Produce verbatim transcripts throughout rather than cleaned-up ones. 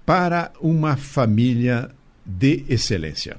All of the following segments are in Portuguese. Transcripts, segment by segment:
para uma família de excelência.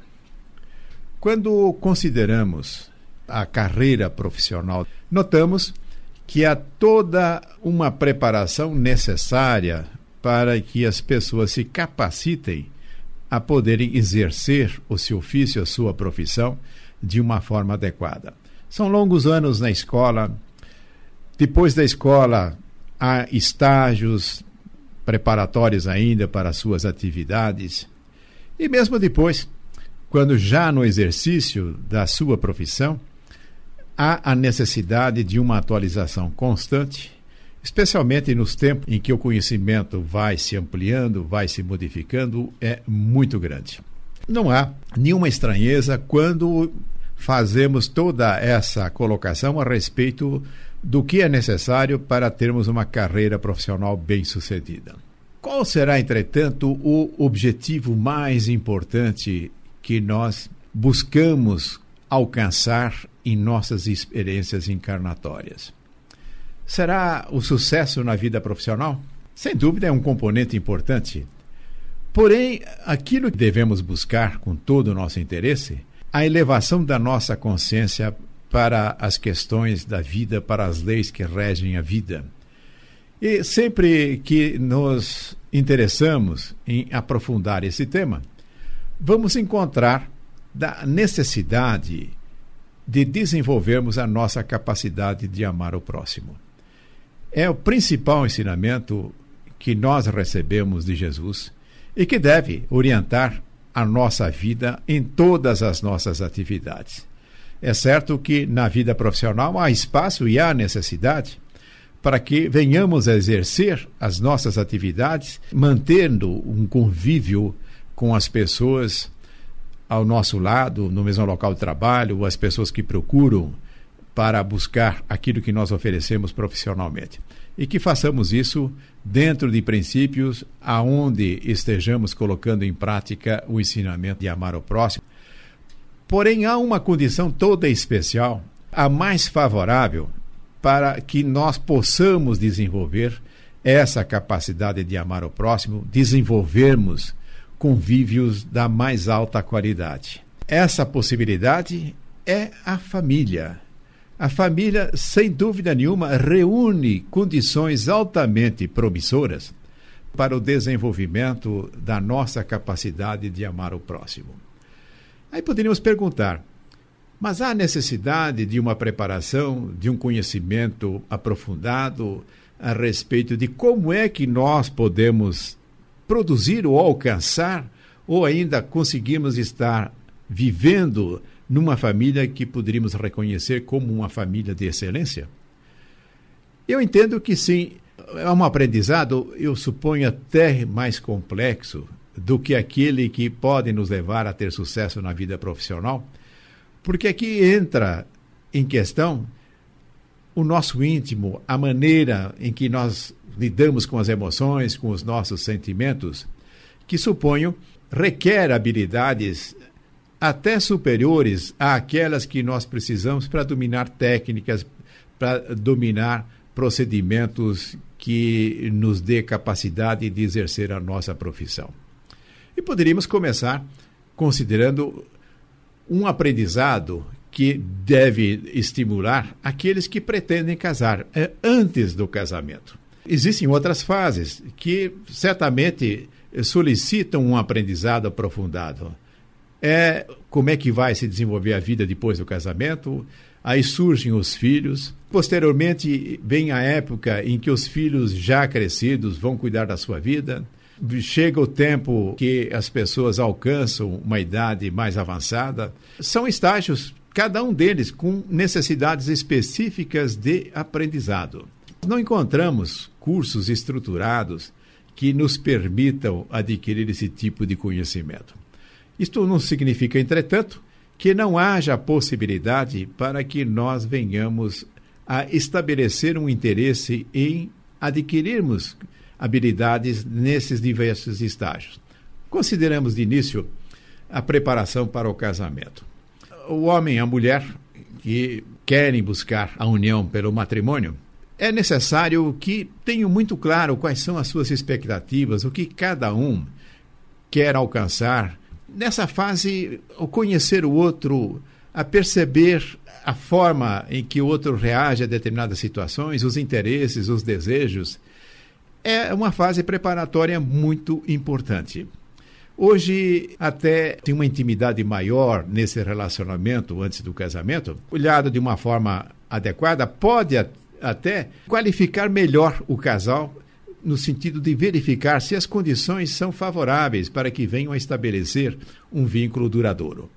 Quando consideramos a carreira profissional, notamos que há toda uma preparação necessária para que as pessoas se capacitem a poderem exercer o seu ofício, a sua profissão, de uma forma adequada. São longos anos na escola. Depois da escola, há estágios preparatórios ainda para as suas atividades. E mesmo depois, quando já no exercício da sua profissão, há a necessidade de uma atualização constante, especialmente nos tempos em que o conhecimento vai se ampliando, vai se modificando, é muito grande. Não há nenhuma estranheza quando fazemos toda essa colocação a respeito do que é necessário para termos uma carreira profissional bem-sucedida. Qual será, entretanto, o objetivo mais importante que nós buscamos alcançar em nossas experiências encarnatórias? Será o sucesso na vida profissional? Sem dúvida é um componente importante. Porém, aquilo que devemos buscar com todo o nosso interesse, a elevação da nossa consciência para as questões da vida, para as leis que regem a vida. E sempre que nos interessamos em aprofundar esse tema, vamos encontrar da necessidade de desenvolvermos a nossa capacidade de amar o próximo. É o principal ensinamento que nós recebemos de Jesus e que deve orientar a nossa vida em todas as nossas atividades. É certo que na vida profissional há espaço e há necessidade para que venhamos a exercer as nossas atividades, mantendo um convívio com as pessoas ao nosso lado, no mesmo local de trabalho, as pessoas que procuram para buscar aquilo que nós oferecemos profissionalmente. E que façamos isso dentro de princípios aonde estejamos colocando em prática o ensinamento de amar o próximo. Porém, há uma condição toda especial, a mais favorável, para que nós possamos desenvolver essa capacidade de amar o próximo, desenvolvermos convívios da mais alta qualidade. Essa possibilidade é a família. A família, sem dúvida nenhuma, reúne condições altamente promissoras para o desenvolvimento da nossa capacidade de amar o próximo. Aí poderíamos perguntar, mas há necessidade de uma preparação, de um conhecimento aprofundado a respeito de como é que nós podemos produzir ou alcançar, ou ainda conseguirmos estar vivendo numa família que poderíamos reconhecer como uma família de excelência? Eu entendo que sim, é um aprendizado, eu suponho, até mais complexo do que aquele que pode nos levar a ter sucesso na vida profissional, porque aqui entra em questão o nosso íntimo, a maneira em que nós lidamos com as emoções, com os nossos sentimentos, que suponho requer habilidades até superiores àquelas que nós precisamos para dominar técnicas, para dominar procedimentos que nos dê capacidade de exercer a nossa profissão. E poderíamos começar considerando um aprendizado que deve estimular aqueles que pretendem casar é, antes do casamento. Existem outras fases que certamente solicitam um aprendizado aprofundado. É como é que vai se desenvolver a vida depois do casamento, aí surgem os filhos, posteriormente vem a época em que os filhos já crescidos vão cuidar da sua vida, chega o tempo que as pessoas alcançam uma idade mais avançada, são estágios, cada um deles com necessidades específicas de aprendizado. Não encontramos cursos estruturados que nos permitam adquirir esse tipo de conhecimento. Isto não significa, entretanto, que não haja possibilidade para que nós venhamos a estabelecer um interesse em adquirirmos habilidades nesses diversos estágios. Consideramos de início a preparação para o casamento. O homem e a mulher que querem buscar a união pelo matrimônio, é necessário que tenham muito claro quais são as suas expectativas, o que cada um quer alcançar. Nessa fase, o conhecer o outro, a perceber a forma em que o outro reage a determinadas situações, os interesses, os desejos, é uma fase preparatória muito importante. Hoje, até tem uma intimidade maior nesse relacionamento antes do casamento, olhado de uma forma adequada, pode até qualificar melhor o casal no sentido de verificar se as condições são favoráveis para que venham a estabelecer um vínculo duradouro.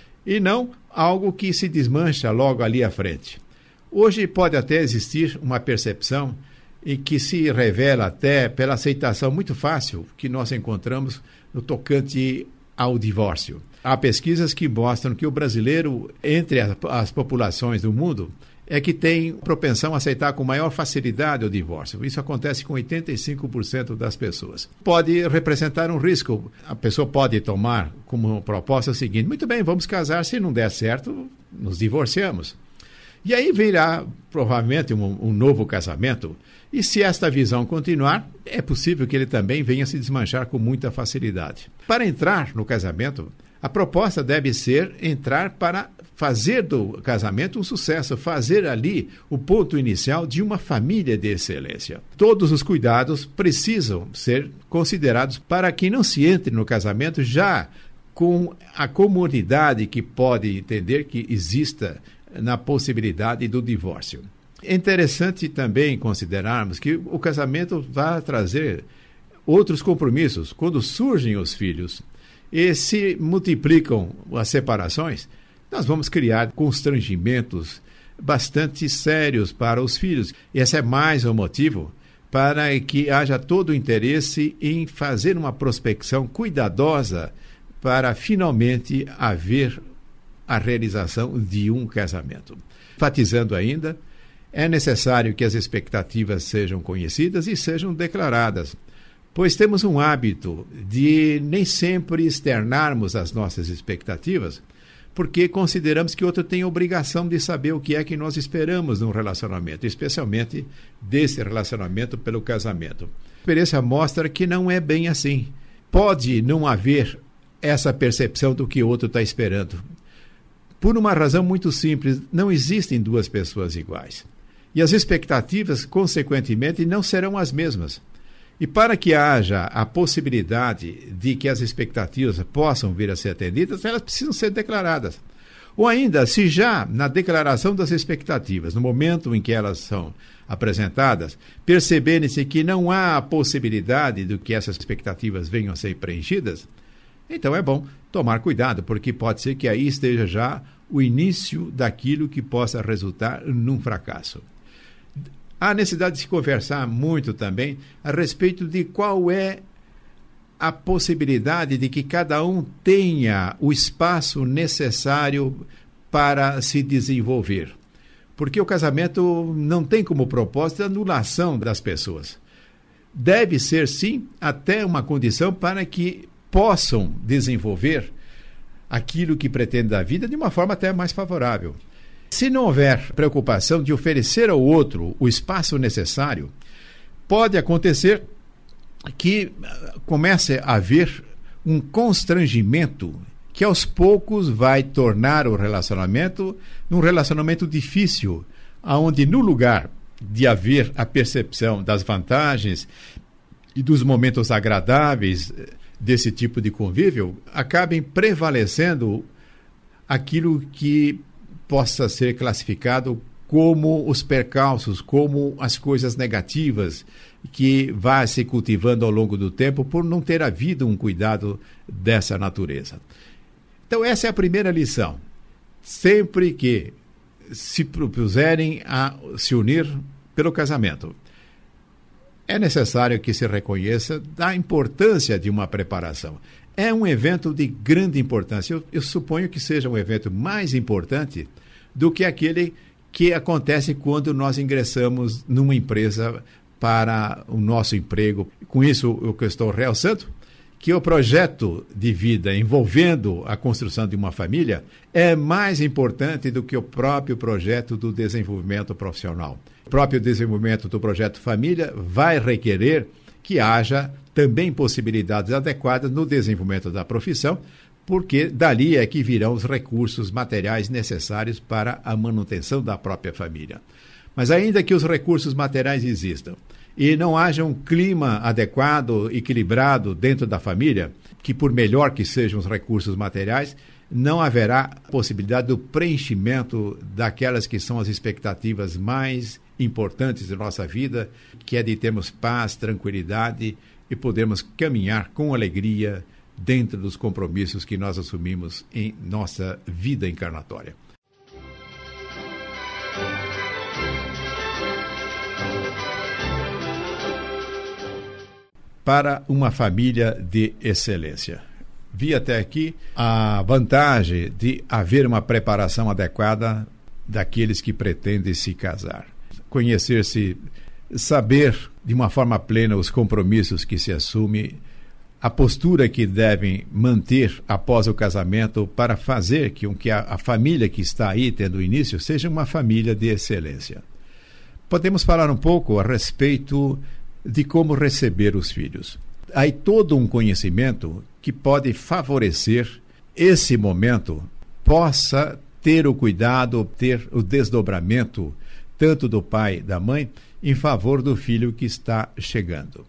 E não algo que se desmancha logo ali à frente. Hoje pode até existir uma percepção e que se revela até pela aceitação muito fácil que nós encontramos no tocante ao divórcio. Há pesquisas que mostram que o brasileiro, entre as, as populações do mundo, é que tem propensão a aceitar com maior facilidade o divórcio. Isso acontece com oitenta e cinco por cento das pessoas. Pode representar um risco. A pessoa pode tomar como proposta o seguinte: muito bem, vamos casar, se não der certo, nos divorciamos. E aí virá provavelmente um, um novo casamento, e se esta visão continuar, é possível que ele também venha se desmanchar com muita facilidade. Para entrar no casamento, a proposta deve ser entrar para fazer do casamento um sucesso, fazer ali o ponto inicial de uma família de excelência. Todos os cuidados precisam ser considerados para que não se entre no casamento já com a comodidade que pode entender que exista na possibilidade do divórcio. É interessante também considerarmos que o casamento vai trazer outros compromissos. Quando surgem os filhos e se multiplicam as separações, nós vamos criar constrangimentos bastante sérios para os filhos. E esse é mais um motivo para que haja todo o interesse em fazer uma prospecção cuidadosa para finalmente haver a realização de um casamento. Enfatizando ainda, é necessário que as expectativas sejam conhecidas e sejam declaradas, pois temos um hábito de nem sempre externarmos as nossas expectativas, porque consideramos que o outro tem obrigação de saber o que é que nós esperamos num relacionamento, especialmente desse relacionamento pelo casamento. A experiência mostra que não é bem assim. Pode não haver essa percepção do que o outro está esperando. Por uma razão muito simples, não existem duas pessoas iguais. E as expectativas, consequentemente, não serão as mesmas. E para que haja a possibilidade de que as expectativas possam vir a ser atendidas, elas precisam ser declaradas. Ou ainda, se já na declaração das expectativas, no momento em que elas são apresentadas, perceberem-se que não há a possibilidade de que essas expectativas venham a ser preenchidas, então é bom tomar cuidado, porque pode ser que aí esteja já o início daquilo que possa resultar num fracasso. Há necessidade de se conversar muito também a respeito de qual é a possibilidade de que cada um tenha o espaço necessário para se desenvolver. Porque o casamento não tem como propósito a anulação das pessoas. Deve ser, sim, até uma condição para que possam desenvolver aquilo que pretende da vida de uma forma até mais favorável. Se não houver preocupação de oferecer ao outro o espaço necessário, pode acontecer que comece a haver um constrangimento que aos poucos vai tornar o relacionamento num relacionamento difícil, onde no lugar de haver a percepção das vantagens e dos momentos agradáveis desse tipo de convívio, acabem prevalecendo aquilo que possa ser classificado como os percalços, como as coisas negativas que vai se cultivando ao longo do tempo por não ter havido um cuidado dessa natureza. Então essa é a primeira lição. Sempre que se propuserem a se unir pelo casamento, é necessário que se reconheça a importância de uma preparação. É um evento de grande importância. Eu, eu suponho que seja um evento mais importante do que aquele que acontece quando nós ingressamos numa empresa para o nosso emprego. Com isso, o que eu estou realçando, que o projeto de vida envolvendo a construção de uma família é mais importante do que o próprio projeto do desenvolvimento profissional. O próprio desenvolvimento do projeto família vai requerer que haja também possibilidades adequadas no desenvolvimento da profissão, porque dali é que virão os recursos materiais necessários para a manutenção da própria família. Mas ainda que os recursos materiais existam e não haja um clima adequado, equilibrado dentro da família, que por melhor que sejam os recursos materiais, não haverá possibilidade do preenchimento daquelas que são as expectativas mais importantes da nossa vida, que é de termos paz, tranquilidade e podermos caminhar com alegria dentro dos compromissos que nós assumimos em nossa vida encarnatória. Para uma família de excelência. Vi até aqui a vantagem de haver uma preparação adequada daqueles que pretendem se casar. Conhecer-se, saber de uma forma plena os compromissos que se assume, a postura que devem manter após o casamento para fazer com que a, a família que está aí tendo início seja uma família de excelência. Podemos falar um pouco a respeito de como receber os filhos. Há aí todo um conhecimento que pode favorecer esse momento, possa ter o cuidado, ter o desdobramento, tanto do pai e da mãe, em favor do filho que está chegando.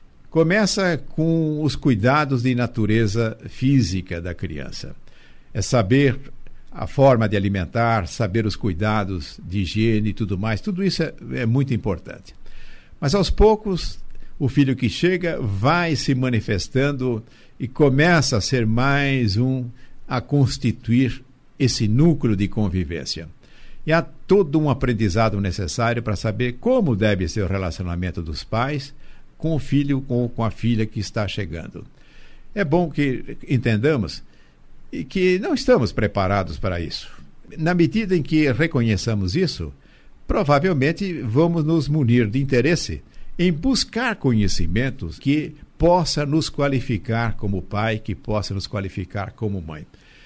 Começa com os cuidados de natureza física da criança. É saber a forma de alimentar, saber os cuidados de higiene e tudo mais. Tudo isso é, é muito importante. Mas aos poucos, o filho que chega vai se manifestando e começa a ser mais um a constituir esse núcleo de convivência. E há todo um aprendizado necessário para saber como deve ser o relacionamento dos pais com o filho ou com a filha que está chegando. É bom que entendamos e que não estamos preparados para isso. Na medida em que reconheçamos isso, provavelmente vamos nos munir de interesse em buscar conhecimentos que possa nos qualificar como pai, que possa nos qualificar como mãe.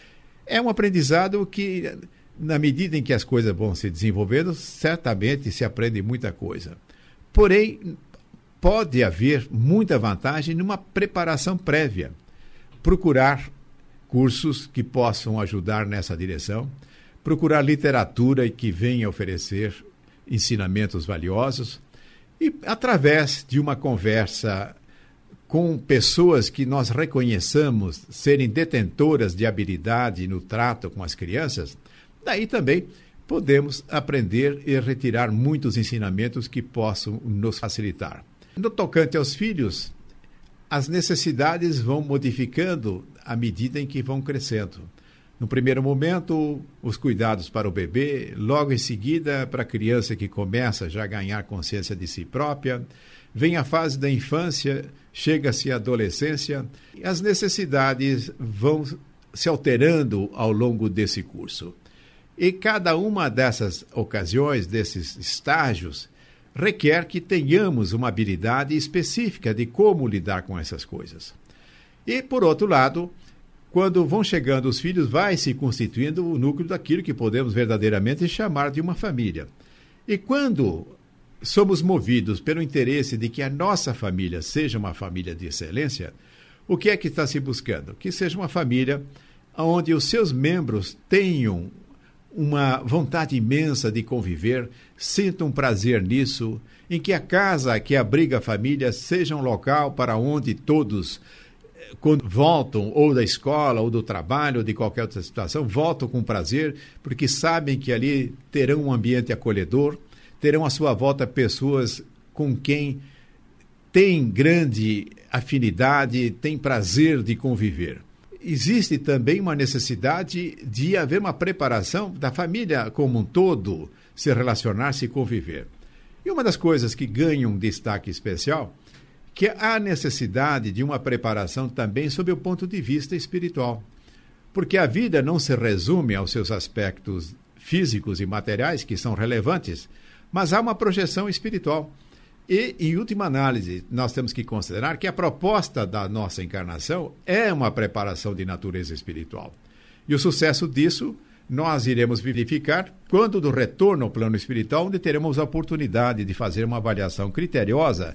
É um aprendizado que, na medida em que as coisas vão se desenvolvendo, certamente se aprende muita coisa. Porém, pode haver muita vantagem numa preparação prévia. Procurar cursos que possam ajudar nessa direção, procurar literatura que venha oferecer ensinamentos valiosos e, através de uma conversa com pessoas que nós reconheçamos serem detentoras de habilidade no trato com as crianças, daí também podemos aprender e retirar muitos ensinamentos que possam nos facilitar. No tocante aos filhos, as necessidades vão modificando à medida em que vão crescendo. No primeiro momento, os cuidados para o bebê, logo em seguida, para a criança que começa já a ganhar consciência de si própria, vem a fase da infância, chega-se à adolescência, e as necessidades vão se alterando ao longo desse curso. E cada uma dessas ocasiões, desses estágios, requer que tenhamos uma habilidade específica de como lidar com essas coisas. E, por outro lado, quando vão chegando os filhos, vai se constituindo o núcleo daquilo que podemos verdadeiramente chamar de uma família. E quando somos movidos pelo interesse de que a nossa família seja uma família de excelência, o que é que está se buscando? Que seja uma família onde os seus membros tenham uma vontade imensa de conviver, sintam um prazer nisso, em que a casa que abriga a família seja um local para onde todos, quando voltam ou da escola, ou do trabalho, ou de qualquer outra situação, voltam com prazer, porque sabem que ali terão um ambiente acolhedor, terão à sua volta pessoas com quem têm grande afinidade, têm prazer de conviver. Existe também uma necessidade de haver uma preparação da família como um todo, se relacionar, se conviver. E uma das coisas que ganha um destaque especial, que há necessidade de uma preparação também sob o ponto de vista espiritual. Porque a vida não se resume aos seus aspectos físicos e materiais, que são relevantes, mas há uma projeção espiritual. E, em última análise, nós temos que considerar que a proposta da nossa encarnação é uma preparação de natureza espiritual. E o sucesso disso nós iremos verificar quando do retorno ao plano espiritual, onde teremos a oportunidade de fazer uma avaliação criteriosa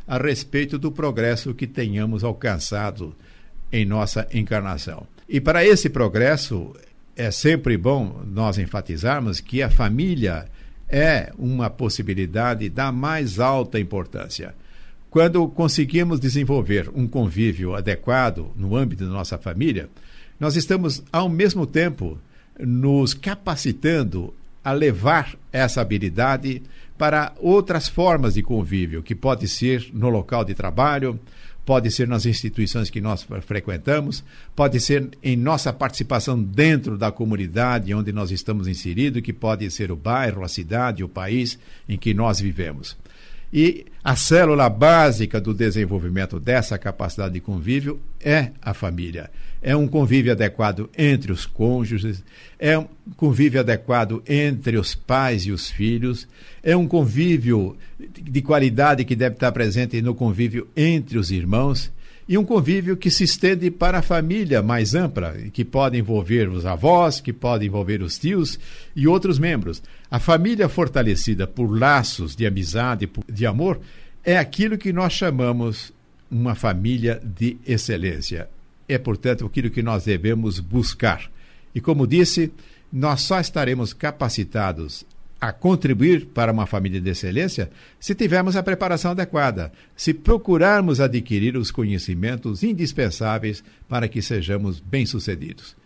a respeito do progresso que tenhamos alcançado em nossa encarnação. E para esse progresso, é sempre bom nós enfatizarmos que a família é uma possibilidade da mais alta importância. Quando conseguimos desenvolver um convívio adequado no âmbito da nossa família, nós estamos, ao mesmo tempo, nos capacitando a levar essa habilidade para outras formas de convívio, que pode ser no local de trabalho, pode ser nas instituições que nós frequentamos, pode ser em nossa participação dentro da comunidade onde nós estamos inseridos, que pode ser o bairro, a cidade, o país em que nós vivemos. E a célula básica do desenvolvimento dessa capacidade de convívio é a família. É um convívio adequado entre os cônjuges, é um convívio adequado entre os pais e os filhos, é um convívio de qualidade que deve estar presente no convívio entre os irmãos, e um convívio que se estende para a família mais ampla, que pode envolver os avós, que pode envolver os tios e outros membros. A família fortalecida por laços de amizade, de amor, é aquilo que nós chamamos uma família de excelência. É, portanto, aquilo que nós devemos buscar. E, como disse, nós só estaremos capacitados a contribuir para uma família de excelência se tivermos a preparação adequada, se procurarmos adquirir os conhecimentos indispensáveis para que sejamos bem-sucedidos.